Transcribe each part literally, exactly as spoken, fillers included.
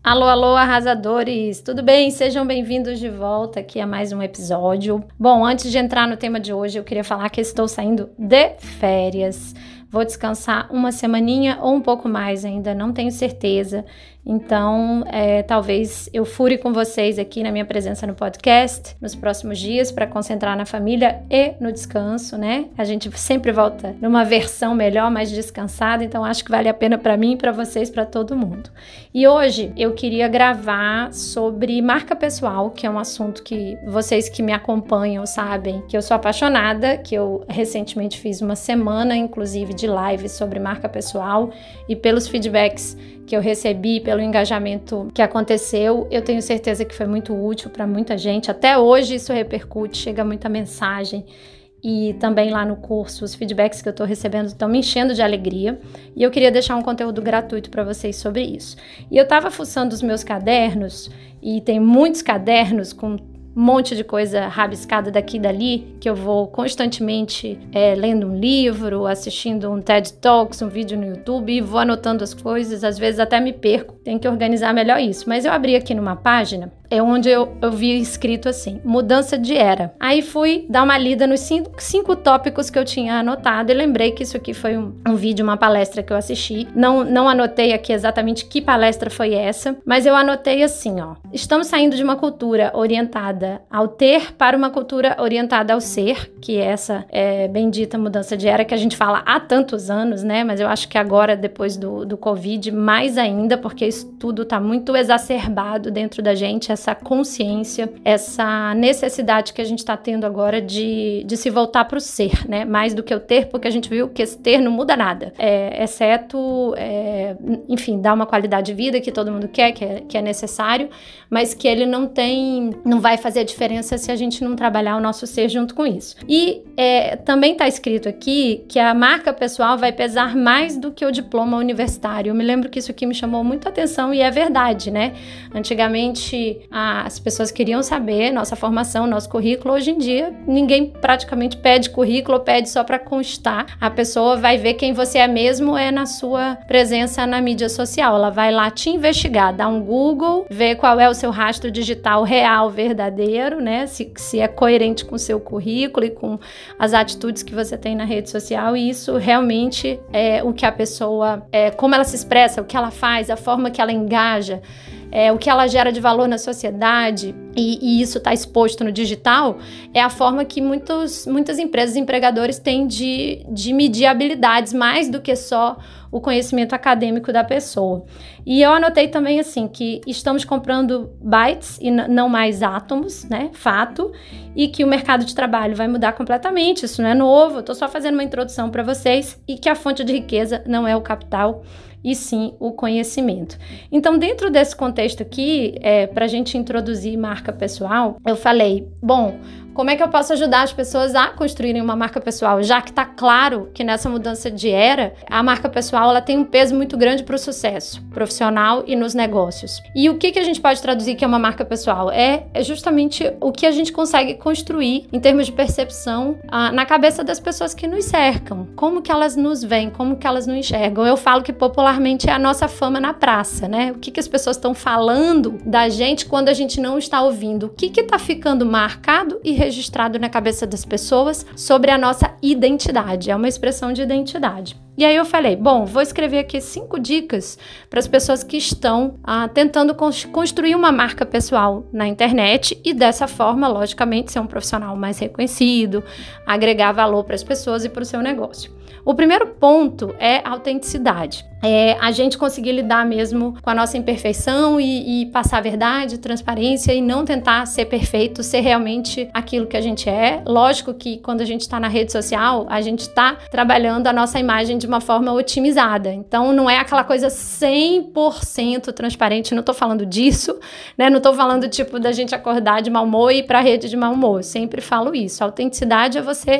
Alô, alô, arrasadores! Tudo bem? Sejam bem-vindos de volta aqui a mais um episódio. Bom, antes de entrar no tema de hoje, eu queria falar que estou saindo de férias. Vou descansar uma semaninha ou um pouco mais ainda, não tenho certeza. Então, é, talvez eu fure com vocês aqui na minha presença no podcast nos próximos dias para concentrar na família e no descanso, né? A gente sempre volta numa versão melhor, mais descansada, então acho que vale a pena para mim, para vocês, para todo mundo. E hoje eu queria gravar sobre marca pessoal, que é um assunto que vocês que me acompanham sabem que eu sou apaixonada, que eu recentemente fiz uma semana, inclusive, de live sobre marca pessoal, e pelos feedbacks que eu recebi, pelo engajamento que aconteceu, eu tenho certeza que foi muito útil para muita gente. Até hoje isso repercute, chega muita mensagem. E também lá no curso, os feedbacks que eu estou recebendo estão me enchendo de alegria. E eu queria deixar um conteúdo gratuito para vocês sobre isso. E eu estava fuçando os meus cadernos, e tem muitos cadernos com um monte de coisa rabiscada daqui e dali, que eu vou constantemente é, lendo um livro, assistindo um TED Talks, um vídeo no YouTube, e vou anotando as coisas, às vezes até me perco, tenho que organizar melhor isso. Mas eu abri aqui numa página, é onde eu, eu vi escrito assim, mudança de era. Aí fui dar uma lida nos cinco, cinco tópicos que eu tinha anotado e lembrei que isso aqui foi um, um vídeo, uma palestra que eu assisti. Não, não anotei aqui exatamente que palestra foi essa, mas eu anotei assim, ó. Estamos saindo de uma cultura orientada ao ter para uma cultura orientada ao ser, que é essa é, bendita mudança de era que a gente fala há tantos anos, né? Mas eu acho que agora, depois do, do Covid, mais ainda, porque isso tudo tá muito exacerbado dentro da gente, essa consciência, essa necessidade que a gente está tendo agora de, de se voltar para o ser, né? Mais do que o ter, porque a gente viu que esse ter não muda nada, é, exceto, é, enfim, dar uma qualidade de vida que todo mundo quer, que é, que é necessário, mas que ele não tem, não vai fazer a diferença se a gente não trabalhar o nosso ser junto com isso. E é, também está escrito aqui que a marca pessoal vai pesar mais do que o diploma universitário. Eu me lembro que isso aqui me chamou muita atenção e é verdade, né? Antigamente as pessoas queriam saber nossa formação, nosso currículo. Hoje em dia, ninguém praticamente pede currículo, pede só para constar. A pessoa vai ver quem você é mesmo é na sua presença na mídia social. Ela vai lá te investigar, dar um Google, ver qual é o seu rastro digital real, verdadeiro, né? Se, se é coerente com o seu currículo e com as atitudes que você tem na rede social. E isso realmente é o que a pessoa, é, como ela se expressa, o que ela faz, a forma que ela engaja, É, o que ela gera de valor na sociedade, e, e isso está exposto no digital, é a forma que muitos, muitas empresas e empregadores têm de, de medir habilidades, mais do que só o conhecimento acadêmico da pessoa. E eu anotei também assim, que estamos comprando bytes e n- não mais átomos, né, fato, e que o mercado de trabalho vai mudar completamente, isso não é novo, eu estou só fazendo uma introdução para vocês, e que a fonte de riqueza não é o capital, e sim o conhecimento. Então, dentro desse contexto aqui, é, para a gente introduzir marca pessoal, eu falei, bom, como é que eu posso ajudar as pessoas a construírem uma marca pessoal? Já que está claro que nessa mudança de era, a marca pessoal ela tem um peso muito grande para o sucesso profissional e nos negócios. E o que, que a gente pode traduzir que é uma marca pessoal? É, é justamente o que a gente consegue construir em termos de percepção ah, na cabeça das pessoas que nos cercam. Como que elas nos veem, como que elas nos enxergam. Eu falo que popularmente é a nossa fama na praça, né? O que, que as pessoas estão falando da gente quando a gente não está ouvindo. O que está ficando marcado e registrado na cabeça das pessoas sobre a nossa identidade. É uma expressão de identidade. E aí eu falei, bom, vou escrever aqui cinco dicas para as pessoas que estão ah, tentando construir uma marca pessoal na internet e dessa forma, logicamente, ser um profissional mais reconhecido, agregar valor para as pessoas e para o seu negócio. O primeiro ponto é autenticidade. É a gente conseguir lidar mesmo com a nossa imperfeição e, e passar a verdade, transparência e não tentar ser perfeito, ser realmente aquilo que a gente é. Lógico que quando a gente está na rede social, a gente está trabalhando a nossa imagem de uma forma otimizada. Então, não é aquela coisa cem por cento transparente. Não estou falando disso, né? Não estou falando, tipo, da gente acordar de mau humor e ir para a rede de mau humor. Eu sempre falo isso. A autenticidade é você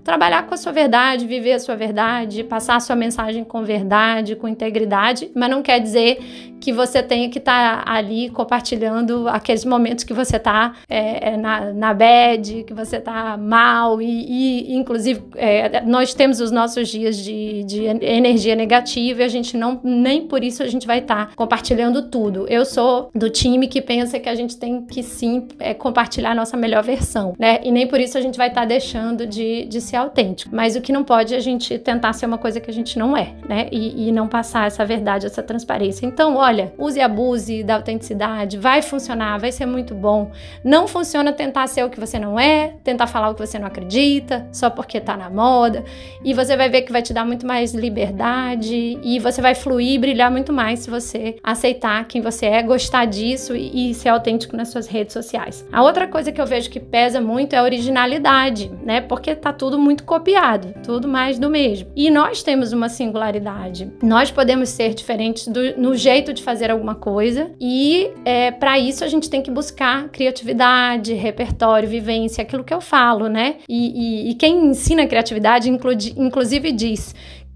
trabalhar com a sua verdade, viver a sua verdade, passar a sua mensagem com verdade, com integridade, mas não quer dizer que você tenha que estar tá ali compartilhando aqueles momentos que você está é, na, na bad, que você está mal e, e inclusive, é, nós temos os nossos dias de, de energia negativa e a gente não, nem por isso a gente vai estar tá compartilhando tudo. Eu sou do time que pensa que a gente tem que sim é, compartilhar a nossa melhor versão, né? E nem por isso a gente vai estar tá deixando de, de ser autêntico. Mas o que não pode é a gente tentar ser uma coisa que a gente não é, né? E, e não passar essa verdade, essa transparência. Então, olha, use e abuse da autenticidade, vai funcionar, vai ser muito bom. Não funciona tentar ser o que você não é, tentar falar o que você não acredita, só porque tá na moda. E você vai ver que vai te dar muito mais liberdade e você vai fluir e brilhar muito mais se você aceitar quem você é, gostar disso e, e ser autêntico nas suas redes sociais. A outra coisa que eu vejo que pesa muito é a originalidade, né? Porque tá tudo muito copiado, tudo mais do mesmo. E nós temos uma singularidade. Nós podemos ser diferentes do, no jeito de fazer alguma coisa e é, para isso a gente tem que buscar criatividade, repertório, vivência, aquilo que eu falo, né? E, e, e quem ensina criatividade, inclu, inclusive, diz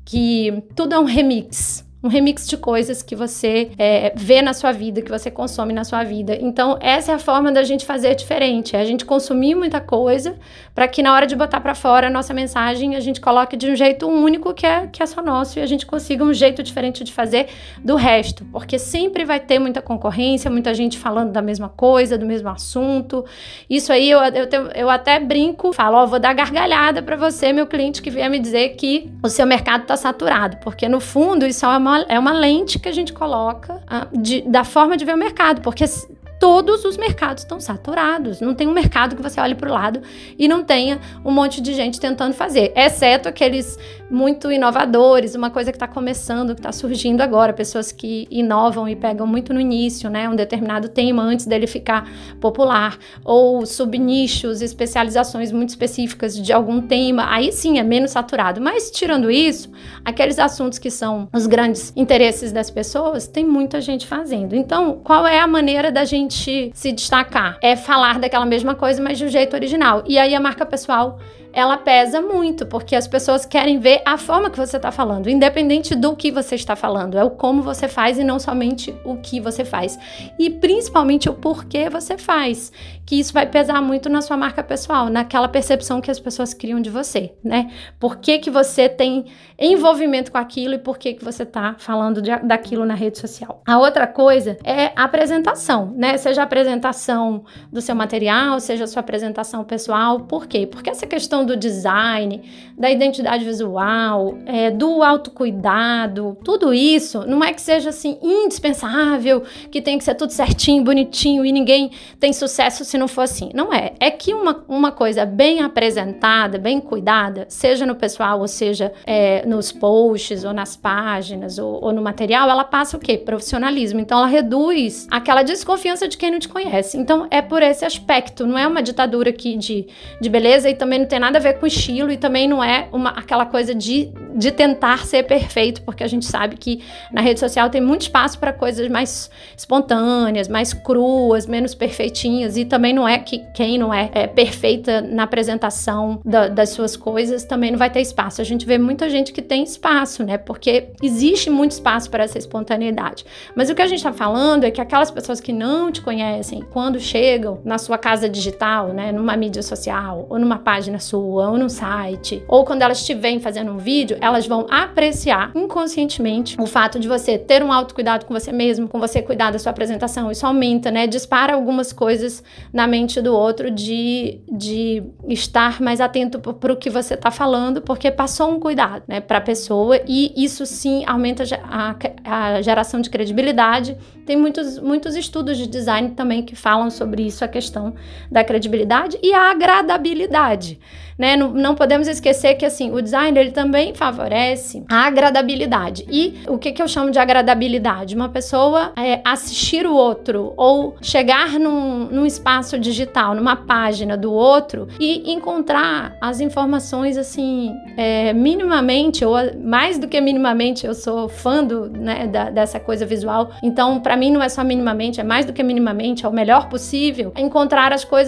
que tudo é um remix. Um remix de coisas que você é, vê na sua vida, que você consome na sua vida. Então, essa é a forma da gente fazer diferente. É a gente consumir muita coisa para que na hora de botar para fora a nossa mensagem, a gente coloque de um jeito único que é, que é só nosso e a gente consiga um jeito diferente de fazer do resto. Porque sempre vai ter muita concorrência, muita gente falando da mesma coisa, do mesmo assunto. Isso aí, eu, eu, tenho, eu até brinco, falo, ó, vou dar gargalhada para você, meu cliente, que vier me dizer que o seu mercado está saturado. Porque, no fundo, isso é uma é uma lente que a gente coloca ah, de, da forma de ver o mercado, porque todos os mercados estão saturados. Não tem um mercado que você olhe para o lado e não tenha um monte de gente tentando fazer, exceto aqueles muito inovadores, uma coisa que está começando, que está surgindo agora, pessoas que inovam e pegam muito no início, né, um determinado tema antes dele ficar popular, ou subnichos, especializações muito específicas de algum tema, aí sim é menos saturado. Mas tirando isso, aqueles assuntos que são os grandes interesses das pessoas, tem muita gente fazendo. Então, qual é a maneira da gente se destacar? É falar daquela mesma coisa, mas de um jeito original. E aí a marca pessoal, ela pesa muito, porque as pessoas querem ver a forma que você está falando, independente do que você está falando. É o como você faz e não somente o que você faz. E principalmente o porquê você faz, que isso vai pesar muito na sua marca pessoal, naquela percepção que as pessoas criam de você, né? Por que que você tem envolvimento com aquilo e por que que você está falando de, daquilo na rede social. A outra coisa é a apresentação, né? Seja a apresentação do seu material, seja a sua apresentação pessoal. Por quê? Porque essa questão do design, da identidade visual, é, do autocuidado, tudo isso não é que seja assim indispensável, que tem que ser tudo certinho, bonitinho e ninguém tem sucesso se não for assim. Não é. É que uma, uma coisa bem apresentada, bem cuidada, seja no pessoal ou seja é, nos posts ou nas páginas ou, ou no material, ela passa o quê? Profissionalismo. Então ela reduz aquela desconfiança de quem não te conhece. Então é por esse aspecto. Não é uma ditadura aqui de, de beleza e também não tem nada a ver com estilo e também não é uma, aquela coisa de, de tentar ser perfeito, porque a gente sabe que na rede social tem muito espaço para coisas mais espontâneas, mais cruas, menos perfeitinhas, e também não é que quem não é, é perfeita na apresentação da, das suas coisas também não vai ter espaço. A gente vê muita gente que tem espaço, né? Porque existe muito espaço para essa espontaneidade. Mas o que a gente está falando é que aquelas pessoas que não te conhecem, quando chegam na sua casa digital, né, numa mídia social, ou numa página sua, ou num site, ou quando elas estiverem fazendo um vídeo, elas vão apreciar inconscientemente o fato de você ter um autocuidado com você mesmo, com você cuidar da sua apresentação. Isso aumenta, né? Dispara algumas coisas na mente do outro de, de estar mais atento para o que você está falando, porque passou um cuidado, né, para a pessoa, e isso sim aumenta a, a geração de credibilidade. Tem muitos, muitos estudos de design também que falam sobre isso, a questão da credibilidade e a agradabilidade, né? Não, não podemos esquecer que assim, o design ele também favorece a agradabilidade. E o que, que eu chamo de agradabilidade? Uma pessoa é, assistir o outro ou chegar num, num espaço digital, numa página do outro e encontrar as informações assim, é, minimamente, ou mais do que minimamente, eu sou fã do, né, da, dessa coisa visual, então para mim não é só minimamente, é mais do que minimamente, é o melhor possível, encontrar as coisas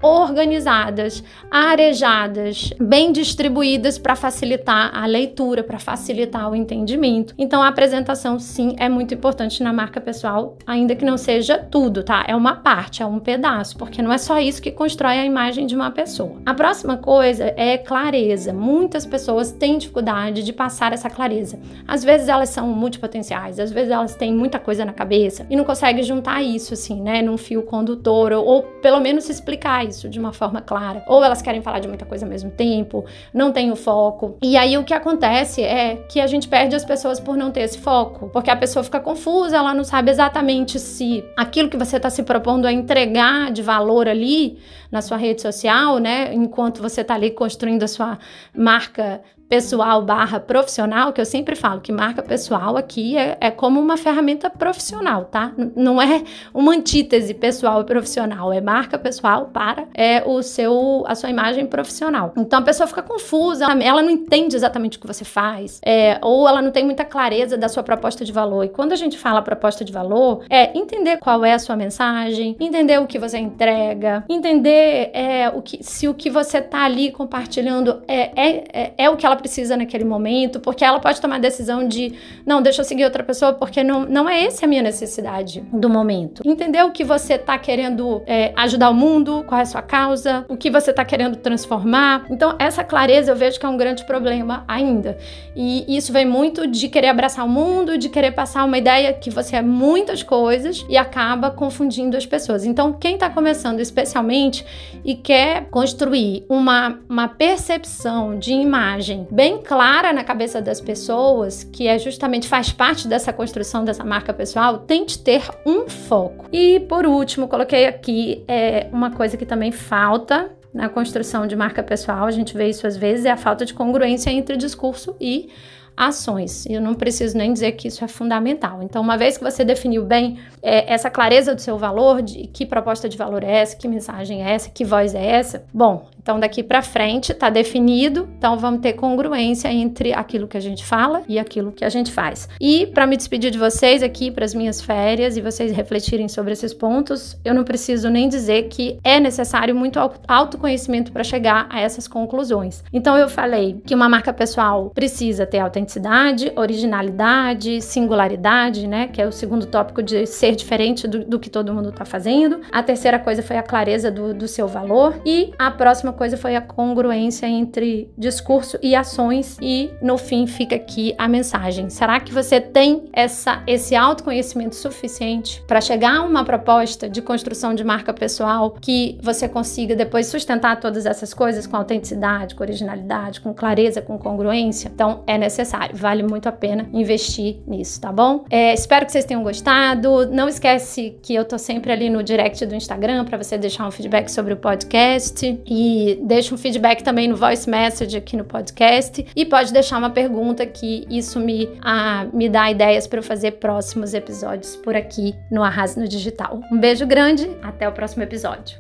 organizadas, arejadas, bem distribuídas para facilitar a leitura, para facilitar o entendimento. Então, a apresentação, sim, é muito importante na marca pessoal, ainda que não seja tudo, tá? É uma parte, é um pedaço, porque não é só isso que constrói a imagem de uma pessoa. A próxima coisa é clareza. Muitas pessoas têm dificuldade de passar essa clareza. Às vezes elas são multipotenciais, às vezes elas têm muita coisa na cabeça e não conseguem juntar isso, assim, né, num fio condutor, ou, ou pelo menos explicar isso de uma forma clara. Ou elas querem falar de muita coisa ao mesmo tempo, não tem o foco. E aí o que acontece é que a gente perde as pessoas por não ter esse foco, porque a pessoa fica confusa, ela não sabe exatamente se aquilo que você está se propondo a entregar de valor ali na sua rede social, né, enquanto você está ali construindo a sua marca pessoal barra profissional, que eu sempre falo que marca pessoal aqui é, é como uma ferramenta profissional, tá? N- não é uma antítese pessoal e profissional, é marca pessoal para é, o seu, a sua imagem profissional. Então a pessoa fica confusa, ela não entende exatamente o que você faz, é, ou ela não tem muita clareza da sua proposta de valor. E quando a gente fala proposta de valor, é entender qual é a sua mensagem, entender o que você entrega, entender é, o que, se o que você tá ali compartilhando é, é, é, é o que ela precisa naquele momento, porque ela pode tomar a decisão de, não, deixa eu seguir outra pessoa, porque não, não é essa a minha necessidade do momento. Entender o que você tá querendo é, ajudar o mundo, qual é a sua causa, o que você tá querendo transformar. Então, essa clareza eu vejo que é um grande problema ainda. E isso vem muito de querer abraçar o mundo, de querer passar uma ideia que você é muitas coisas e acaba confundindo as pessoas. Então, quem tá começando especialmente e quer construir uma, uma percepção de imagem bem clara na cabeça das pessoas, que é justamente faz parte dessa construção dessa marca pessoal, tente ter um foco. E por último, coloquei aqui é, uma coisa que também falta na construção de marca pessoal, a gente vê isso às vezes, é a falta de congruência entre discurso e ações. Eu não preciso nem dizer que isso é fundamental. Então, uma vez que você definiu bem é, essa clareza do seu valor, de que proposta de valor é essa, que mensagem é essa, que voz é essa, bom, então daqui para frente tá definido, então vamos ter congruência entre aquilo que a gente fala e aquilo que a gente faz. E para me despedir de vocês aqui para as minhas férias e vocês refletirem sobre esses pontos, eu não preciso nem dizer que é necessário muito autoconhecimento para chegar a essas conclusões. Então eu falei que uma marca pessoal precisa ter autenticidade, originalidade, singularidade, né, que é o segundo tópico de ser diferente do, do que todo mundo tá fazendo. A terceira coisa foi a clareza do, do seu valor e a próxima coisa foi a congruência entre discurso e ações e no fim fica aqui a mensagem. Será que você tem essa, esse autoconhecimento suficiente para chegar a uma proposta de construção de marca pessoal que você consiga depois sustentar todas essas coisas com autenticidade, com originalidade, com clareza, com congruência? Então é necessário, vale muito a pena investir nisso, tá bom? É, espero que vocês tenham gostado. Não esquece que eu tô sempre ali no direct do Instagram para você deixar um feedback sobre o podcast e deixa um feedback também no voice message aqui no podcast e pode deixar uma pergunta que isso me, ah, me dá ideias para eu fazer próximos episódios por aqui no Arrase no Digital. Um beijo grande, até o próximo episódio.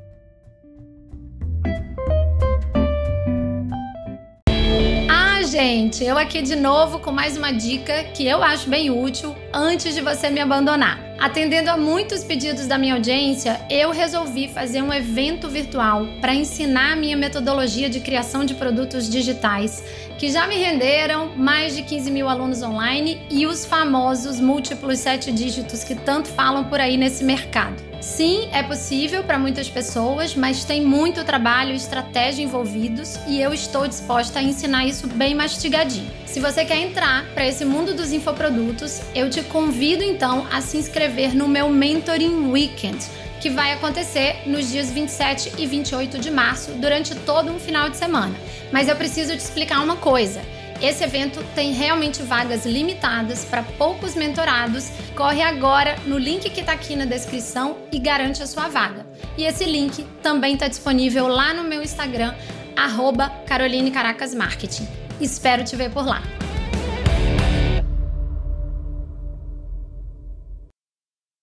Ah, gente, eu aqui de novo com mais uma dica que eu acho bem útil antes de você me abandonar. Atendendo a muitos pedidos da minha audiência, eu resolvi fazer um evento virtual para ensinar a minha metodologia de criação de produtos digitais, que já me renderam mais de quinze mil alunos online e os famosos múltiplos sete dígitos que tanto falam por aí nesse mercado. Sim, é possível para muitas pessoas, mas tem muito trabalho e estratégia envolvidos e eu estou disposta a ensinar isso bem mastigadinho. Se você quer entrar para esse mundo dos infoprodutos, eu te convido então a se inscrever no meu Mentoring Weekend, que vai acontecer nos dias vinte e sete e vinte e oito de março, durante todo um final de semana. Mas eu preciso te explicar uma coisa. Esse evento tem realmente vagas limitadas para poucos mentorados. Corre agora no link que está aqui na descrição e garante a sua vaga. E esse link também está disponível lá no meu Instagram, arroba Caroline Caracas Marketing. Espero te ver por lá.